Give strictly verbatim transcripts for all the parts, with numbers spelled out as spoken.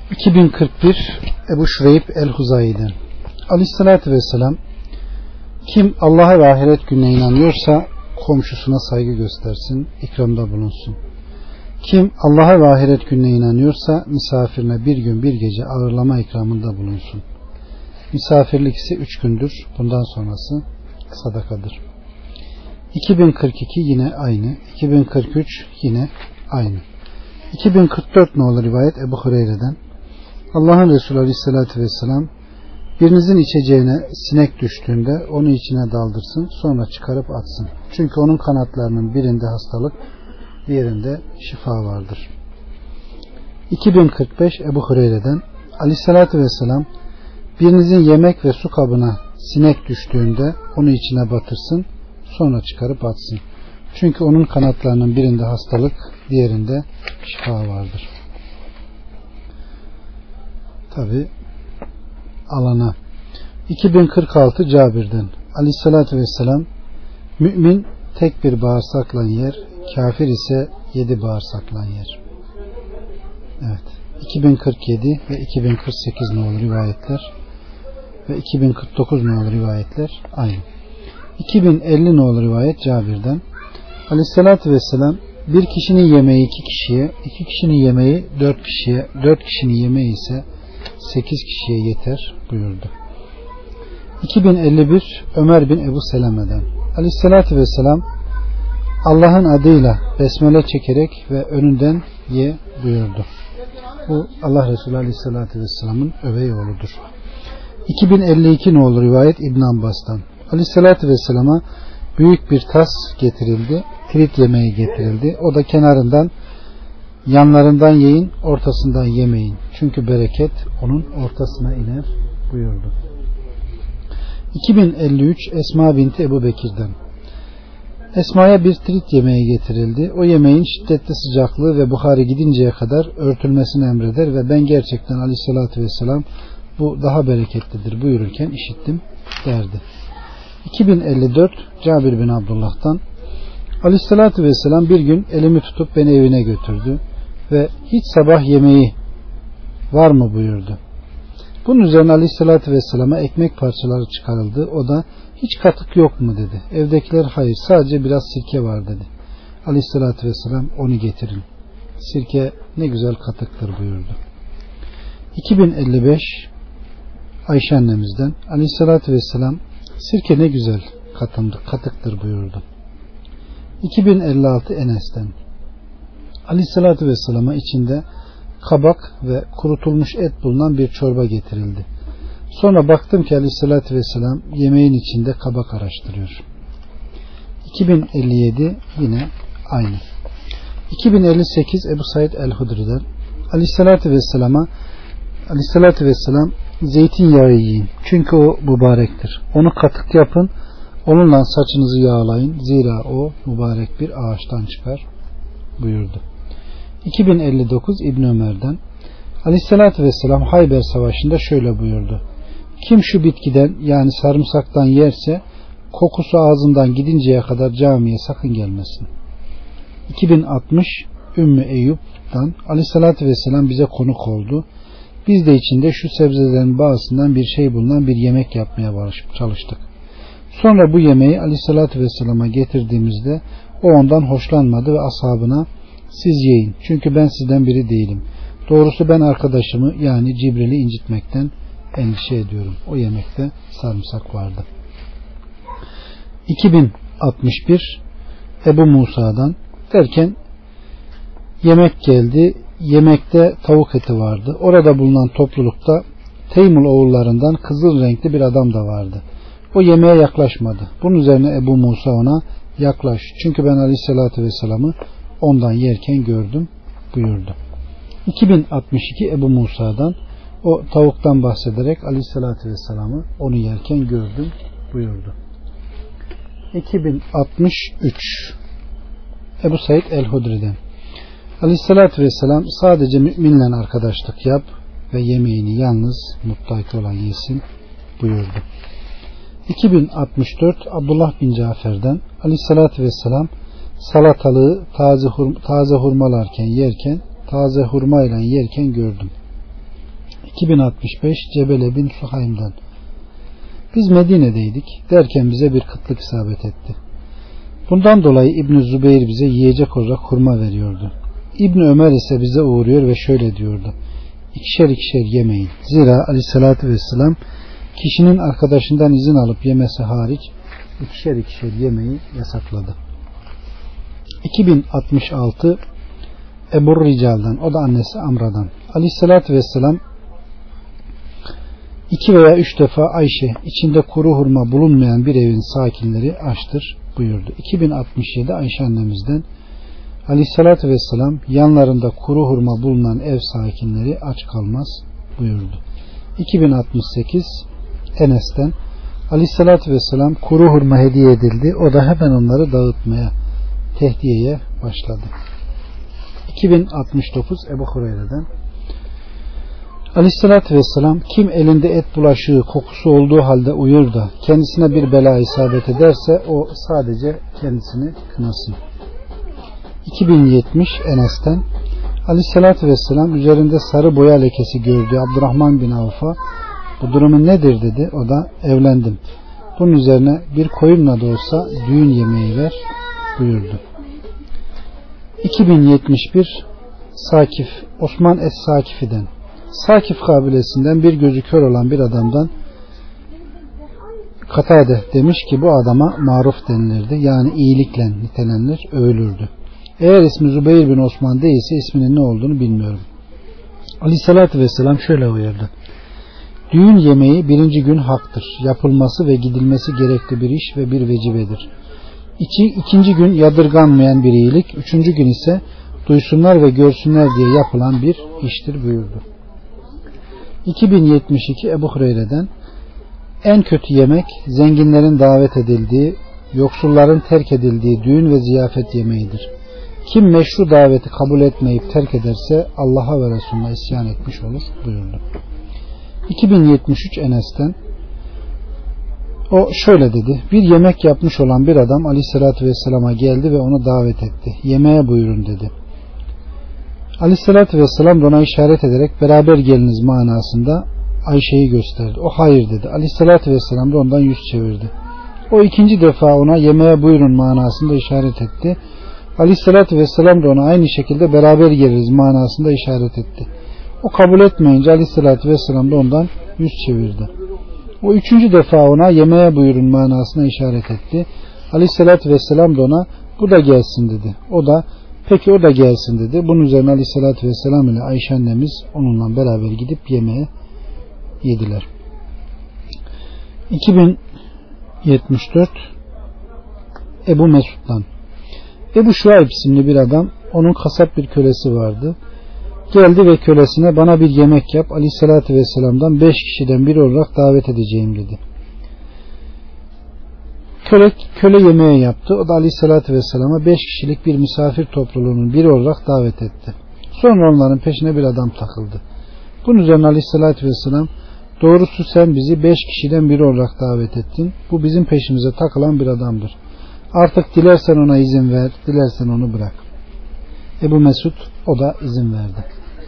iki bin kırk bir Ebu Şureyb el-Huzai'den Aleyhisselatü Vesselam, kim Allah'a ve ahiret gününe inanıyorsa komşusuna saygı göstersin, ikramda bulunsun. Kim Allah'a ve ahiret gününe inanıyorsa misafirine bir gün bir gece ağırlama ikramında bulunsun. Misafirlik ise üç gündür. Bundan sonrası sadakadır. iki bin kırk iki yine aynı. iki bin kırk üç yine aynı. iki bin kırk dört nolu rivayet Ebu Hureyre'den, Allah'ın Resulü Aleyhisselatü Vesselam, birinizin içeceğine sinek düştüğünde onu içine daldırsın, sonra çıkarıp atsın. Çünkü onun kanatlarının birinde hastalık, diğerinde şifa vardır. iki bin kırk beş Ebu Hureyre'den, Aleyhisselatü Vesselam, birinizin yemek ve su kabına sinek düştüğünde onu içine batırsın, sonra çıkarıp atsın. Çünkü onun kanatlarının birinde hastalık, diğerinde şifa vardır. Tabi alana. iki bin kırk altı Cabir'den, Aleyhisselatü Vesselam, mümin tek bir bağırsakla yer, kafir ise yedi bağırsakla yer. Evet. iki bin kırk yedi ve iki bin kırk sekiz nolu rivayetler ve iki bin kırk dokuz nolu rivayetler aynı. iki bin elli nolu rivayet Cabir'den, Aleyhisselatü Vesselam, bir kişinin yemeği iki kişiye, iki kişinin yemeği dört kişiye, dört kişinin yemeği ise sekiz kişiye yeter buyurdu. iki bin elli bir Ömer bin Ebu Seleme'den, Aleyhisselatü Vesselam, Allah'ın adıyla besmele çekerek ve önünden ye buyurdu. Bu Allah Resulü Aleyhisselatü Vesselam'ın övey oğludur. iki bin elli iki nolu rivayet İbn Abbas'tan, Aleyhisselatü Vesselam'a büyük bir tas getirildi, tirit yemeği getirildi. O da kenarından, yanlarından yiyin, ortasından yemeyin. Çünkü bereket onun ortasına iner buyurdu. iki bin elli üç Esma binti Ebu Bekir'den, Esma'ya bir tirit yemeği getirildi. O yemeğin şiddetli sıcaklığı ve buharı gidinceye kadar örtülmesini emreder ve ben gerçekten Aleyhisselatü Vesselam bu daha bereketlidir buyururken işittim derdi. iki bin elli dört Cabir bin Abdullah'tan, Aleyhisselatü Vesselam bir gün elimi tutup beni evine götürdü ve hiç sabah yemeği var mı buyurdu. Bunun üzerine Aleyhisselatü Vesselam'a ekmek parçaları çıkarıldı. O da hiç katık yok mu dedi. Evdekiler hayır, sadece biraz sirke var dedi. Aleyhisselatü Vesselam onu getirin. Sirke ne güzel katıktır buyurdu. iki bin elli beş Ayşe annemizden, Aleyhisselatü Vesselam, sirke ne güzel katımdı, katıktır buyurdu. iki bin elli altı Enes'ten, Aleyhisselatü Vesselam'a içinde kabak ve kurutulmuş et bulunan bir çorba getirildi. Sonra baktım ki Aleyhisselatü Vesselam yemeğin içinde kabak araştırıyor. iki bin elli yedi yine aynı. iki bin elli sekiz Ebu Said el-Hudri'den, Aleyhisselatü Vesselam'a Aleyhisselatü Vesselam, zeytinyağı yiyin. Çünkü o mübarektir. Onu katık yapın. Onunla saçınızı yağlayın. Zira o mübarek bir ağaçtan çıkar buyurdu. iki bin elli dokuz İbn Ömer'den, Aleyhisselatü Vesselam Hayber Savaşı'nda şöyle buyurdu. Kim şu bitkiden, yani sarımsaktan yerse kokusu ağzından gidinceye kadar camiye sakın gelmesin. iki bin altmış Ümmü Eyyub'dan, Aleyhisselatü Vesselam bize konuk oldu. Biz de içinde şu sebzelerin bazısından bir şey bulunan bir yemek yapmaya çalıştık. Sonra bu yemeği Aleyhisselatü Vesselam'a getirdiğimizde o ondan hoşlanmadı ve ashabına siz yiyin, çünkü ben sizden biri değilim. Doğrusu ben arkadaşımı, yani Cibril'i incitmekten endişe ediyorum. O yemekte sarımsak vardı. iki bin altmış bir Ebu Musa'dan, derken yemek geldi. Yemekte tavuk eti vardı. Orada bulunan toplulukta Teymul oğullarından kızıl renkli bir adam da vardı. O yemeğe yaklaşmadı. Bunun üzerine Ebu Musa ona yaklaş, çünkü ben Aleyhisselatü Vesselam'ı ondan yerken gördüm buyurdu. iki bin altmış iki Ebu Musa'dan, o tavuktan bahsederek Aleyhisselatü Vesselam'ı onu yerken gördüm buyurdu. iki bin altmış üç Ebu Said el-Hudri'den, Aleyhisselatü Vesselam sadece müminle arkadaşlık yap ve yemeğini yalnız muttaki olan yesin buyurdu. iki bin altmış dört Abdullah bin Cafer'den, Aleyhisselatü Vesselam salatalığı taze, hurma, taze hurmalarken yerken, taze hurmayla yerken gördüm. iki bin altmış beş Cebele bin Suhaym'dan. Biz Medine'deydik. Derken bize bir kıtlık isabet etti. Bundan dolayı İbn Zübeyir bize yiyecek olarak hurma veriyordu. İbn Ömer ise bize uğruyor ve şöyle diyordu: İkişer ikişer yemeyin. Zira Aleyhisselatü Vesselam kişinin arkadaşından izin alıp yemesi hariç ikişer ikişer yemeyi yasakladı. iki bin altmış altı Ebu Rical'dan, o da annesi Amra'dan. Aleyhisselatü Vesselam iki veya üç defa Ayşe, içinde kuru hurma bulunmayan bir evin sakinleri açtır buyurdu. iki bin altmış yedi Ayşe annemizden, Aleyhisselatü Vesselam yanlarında kuru hurma bulunan ev sakinleri aç kalmaz buyurdu. iki bin altmış sekiz Enes'ten, Aleyhisselatü Vesselam kuru hurma hediye edildi. O da hemen onları dağıtmaya, tehdiyeye başladı. iki bin altmış dokuz Ebu Hureyre'den, Aleyhisselatü Vesselam kim elinde et bulaşığı kokusu olduğu halde uyur da kendisine bir bela isabet ederse o sadece kendisini kınasın. iki bin yetmiş Enes'ten, Aleyhisselatü Vesselam üzerinde sarı boya lekesi gördüğü Abdurrahman bin Avf'a bu durumun nedir dedi. O da evlendim. Bunun üzerine bir koyunla da olsa düğün yemeği ver buyurdu. iki bin yetmiş bir Sakif Osman Es-Sakifi'den, Sakif kabilesinden bir gözü kör olan bir adamdan Katade demiş ki bu adama maruf denilirdi. Yani iyilikle nitelenir, övülürdü. Eğer ismi Zübeyir bin Osman değilse isminin ne olduğunu bilmiyorum. Aleyhissalatü Vesselam şöyle uyardı: düğün yemeği birinci gün haktır. Yapılması ve gidilmesi gerekli bir iş ve bir vecibedir. İki, ikinci gün yadırganmayan bir iyilik, üçüncü gün ise duysunlar ve görsünler diye yapılan bir iştir buyurdu. iki bin yetmiş iki Ebu Hureyre'den, en kötü yemek zenginlerin davet edildiği, yoksulların terk edildiği düğün ve ziyafet yemeğidir. Kim meşru daveti kabul etmeyip terk ederse Allah'a ve Resulüne isyan etmiş olur buyurdu. iki bin yetmiş üç Enes'ten, o şöyle dedi: bir yemek yapmış olan bir adam Aleyhisselatü Vesselam'a geldi ve onu davet etti. Yemeğe buyurun dedi. Aleyhisselatü Vesselam ona işaret ederek beraber geliniz manasında Ayşe'yi gösterdi. O hayır dedi. Aleyhisselatü Vesselam da ondan yüz çevirdi. O ikinci defa ona yemeğe buyurun manasında işaret etti. Aleyhisselatü Vesselam da ona aynı şekilde beraber geliriz manasında işaret etti. O kabul etmeyince Aleyhisselatü Vesselam da ondan yüz çevirdi. O üçüncü defa ona yemeğe buyurun manasına işaret etti. Aleyhisselatü Vesselam da ona bu da gelsin dedi. O da peki o da gelsin dedi. Bunun üzerine Aleyhisselatü Vesselam ile Ayşe annemiz onunla beraber gidip yemeğe yediler. iki bin yetmiş dört Ebu Mesud'dan, Ebu Şuayb isimli bir adam, onun kasap bir kölesi vardı. Geldi ve kölesine bana bir yemek yap, Aleyhisselatü Vesselam'dan beş kişiden biri olarak davet edeceğim dedi. Köle, köle yemeğe yaptı. O da Aleyhisselatü Vesselam'a beş kişilik bir misafir topluluğunun biri olarak davet etti. Sonra onların peşine bir adam takıldı. Bunun üzerine Aleyhisselatü Vesselam, doğrusu sen bizi beş kişiden biri olarak davet ettin. Bu bizim peşimize takılan bir adamdır. Artık dilersen ona izin ver, dilersen onu bırak. Ebu Mesud o da izin verdi.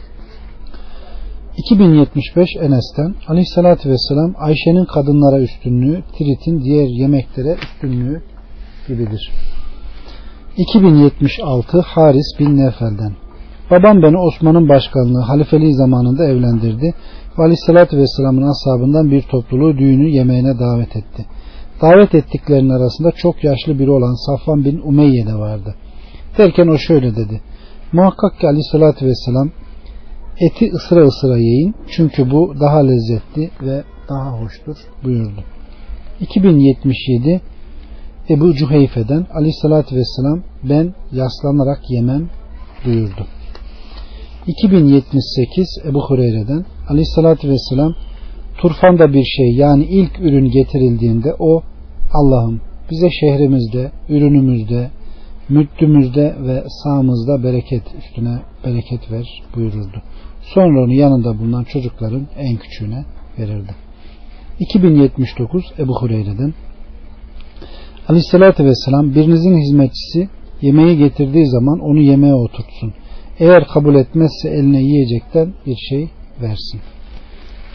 iki bin yetmiş beş Enes'ten, Aleyhisselatü Vesselam Ayşe'nin kadınlara üstünlüğü Tirit'in diğer yemeklere üstünlüğü gibidir. iki bin yetmiş altı Haris bin Nefel'den, babam beni Osman'ın başkanlığı halifeliği zamanında evlendirdi ve Aleyhisselatü Vesselam'ın ashabından bir topluluğu düğünü yemeğine davet etti. Davet ettiklerinin arasında çok yaşlı biri olan Safvan bin Umeyye de vardı. Derken o şöyle dedi: muhakkak ki Aleyhisselatü Vesselam eti ısıra ısıra yiyin çünkü bu daha lezzetli ve daha hoştur buyurdu. iki bin yetmiş yedi Ebu Cüheyfe'den, Aleyhisselatü Vesselam ben yaslanarak yemem buyurdu. iki bin yetmiş sekiz Ebu Hureyre'den, Aleyhisselatü Vesselam turfanda bir şey yani ilk ürün getirildiğinde o Allah'ım bize şehrimizde, ürünümüzde, müddümüzde ve sağımızda bereket üstüne bereket ver buyururdu. Sonra onu yanında bulunan çocukların en küçüğüne verirdi. iki bin yetmiş dokuz Ebu Hureyre'den, Aleyhisselatü Vesselam birinizin hizmetçisi yemeği getirdiği zaman onu yemeğe oturtsun. Eğer kabul etmezse eline yiyecekten bir şey versin.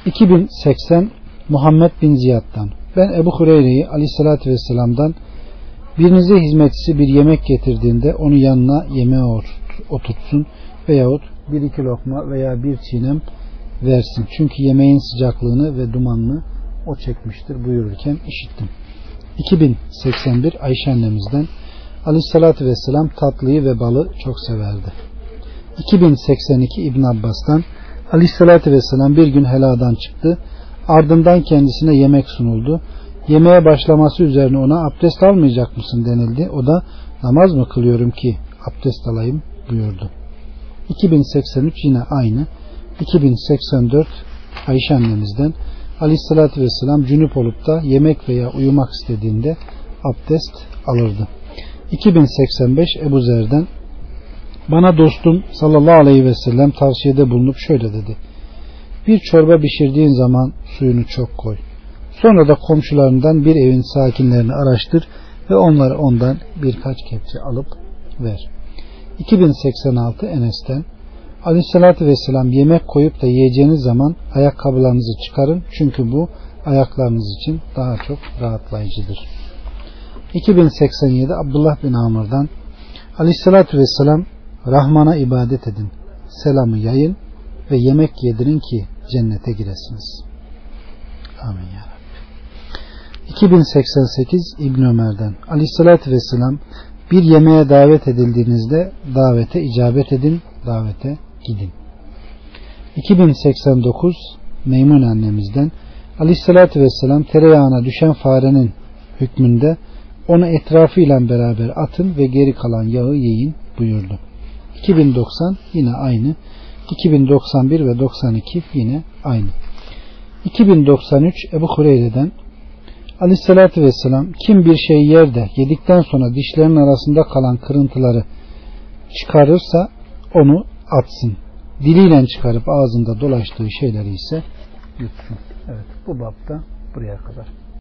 iki bin seksen Muhammed bin Ziyad'dan. Ben Ebu Hureyre'yi Aleyhisselatü Vesselam'dan birinize hizmetçisi bir yemek getirdiğinde onu yanına yemeğe oturtsun veyahut bir iki lokma veya bir çiğnem versin. Çünkü yemeğin sıcaklığını ve dumanını o çekmiştir buyururken işittim. iki bin seksen bir Ayşe annemizden Aleyhisselatü Vesselam tatlıyı ve balı çok severdi. iki bin seksen iki İbn Abbas'tan Aleyhisselatü Vesselam bir gün heladan çıktı. Ardından kendisine yemek sunuldu. Yemeğe başlaması üzerine ona abdest almayacak mısın denildi. O da namaz mı kılıyorum ki abdest alayım buyurdu. iki bin seksen üç yine aynı. iki bin seksen dört Ayşe annemizden Aleyhisselatü Vesselam cünüp olup da yemek veya uyumak istediğinde abdest alırdı. iki bin seksen beş Ebu Zer'den bana dostum sallallahu aleyhi ve sellem tavsiyede bulunup şöyle dedi. Bir çorba pişirdiğin zaman suyunu çok koy. Sonra da komşularından bir evin sakinlerini araştır ve onları ondan birkaç kepçe alıp ver. iki bin seksen altı Enes'ten Aleyhisselatü Vesselam yemek koyup da yiyeceğiniz zaman ayakkabılarınızı çıkarın. Çünkü bu ayaklarınız için daha çok rahatlayıcıdır. iki bin seksen yedi Abdullah bin Amr'dan Aleyhisselatü Vesselam Rahman'a ibadet edin. Selamı yayın ve yemek yedirin ki cennete giresiniz. Amin ya Rabbi. iki bin seksen sekiz İbn Ömer'den Aleyhisselatü Vesselam bir yemeğe davet edildiğinizde davete icabet edin, davete gidin. iki bin seksen dokuz Meymun annemizden Aleyhisselatü Vesselam tereyağına düşen farenin hükmünde onu etrafıyla beraber atın ve geri kalan yağı yiyin buyurdu. iki bin doksan yine aynı. iki bin doksan bir ve doksan iki yine aynı. iki bin doksan üç Ebu Hureyre'den Aleyhisselatü Vesselam kim bir şey yer de yedikten sonra dişlerinin arasında kalan kırıntıları çıkarırsa onu atsın. Diliyle çıkarıp ağzında dolaştığı şeyleri ise yutsun. Evet, bu bapta buraya kadar.